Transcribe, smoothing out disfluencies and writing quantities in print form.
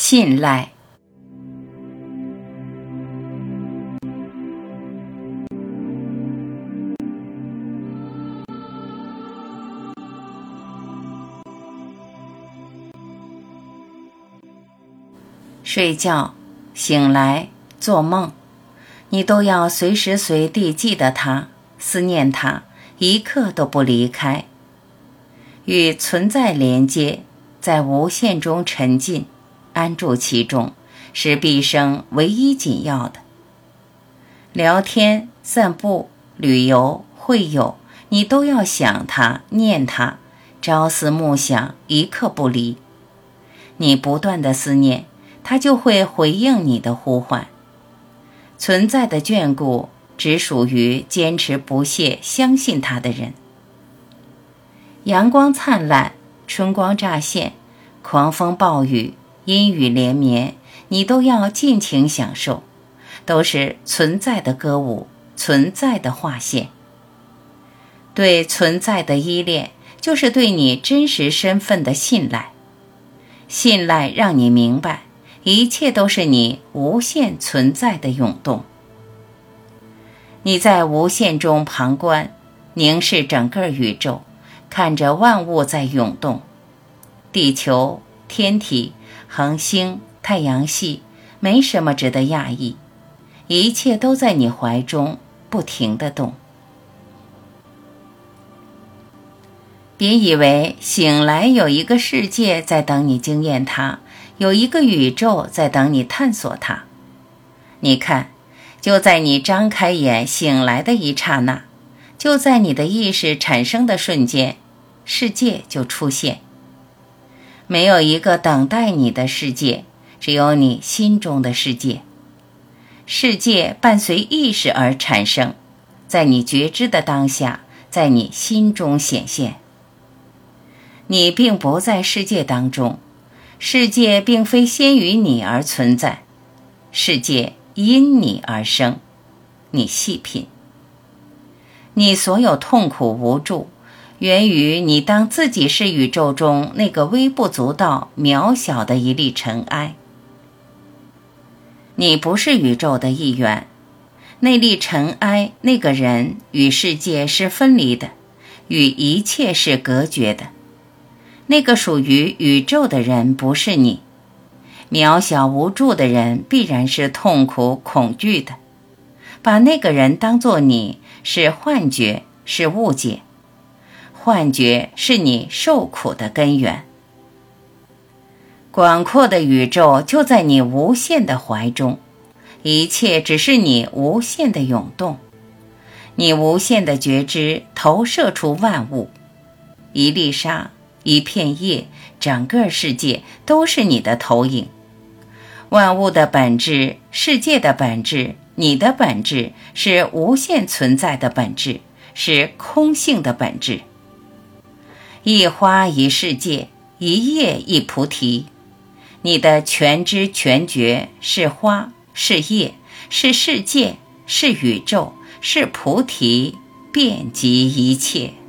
信赖。睡觉、醒来、做梦，你都要随时随地记得它，思念它，一刻都不离开。与存在连接，在无限中沉浸，安住其中，是毕生唯一紧要的。聊天、散步、旅游、会友，你都要想它、念它，朝思暮想，一刻不离。你不断的思念，它就会回应你的呼唤。存在的眷顾只属于坚持不懈相信它的人。阳光灿烂，春光乍现，狂风暴雨，阴雨连绵，你都要尽情享受，都是存在的歌舞，存在的划线。对存在的依恋，就是对你真实身份的信赖。信赖让你明白，一切都是你无限存在的涌动。你在无限中旁观，凝视整个宇宙，看着万物在涌动，地球、天体、恒星、太阳系，没什么值得讶异，一切都在你怀中不停地动。别以为醒来有一个世界在等你惊艳它，有一个宇宙在等你探索它。你看，就在你张开眼醒来的一刹那，就在你的意识产生的瞬间，世界就出现。没有一个等待你的世界，只有你心中的世界。世界伴随意识而产生，在你觉知的当下，在你心中显现。你并不在世界当中，世界并非先于你而存在，世界因你而生。你细品，你所有痛苦无助，源于你当自己是宇宙中那个微不足道、渺小的一粒尘埃。你不是宇宙的一员，那粒尘埃，那个人与世界是分离的，与一切是隔绝的。那个属于宇宙的人不是你，渺小无助的人必然是痛苦恐惧的。把那个人当作你，是幻觉，是误解。幻觉是你受苦的根源。广阔的宇宙就在你无限的怀中，一切只是你无限的涌动。你无限的觉知投射出万物，一粒沙，一片叶，整个世界都是你的投影。万物的本质，世界的本质，你的本质，是无限存在的本质，是空性的本质。一花一世界，一叶一菩提。你的全知全觉是花，是叶，是世界，是宇宙，是菩提，遍及一切。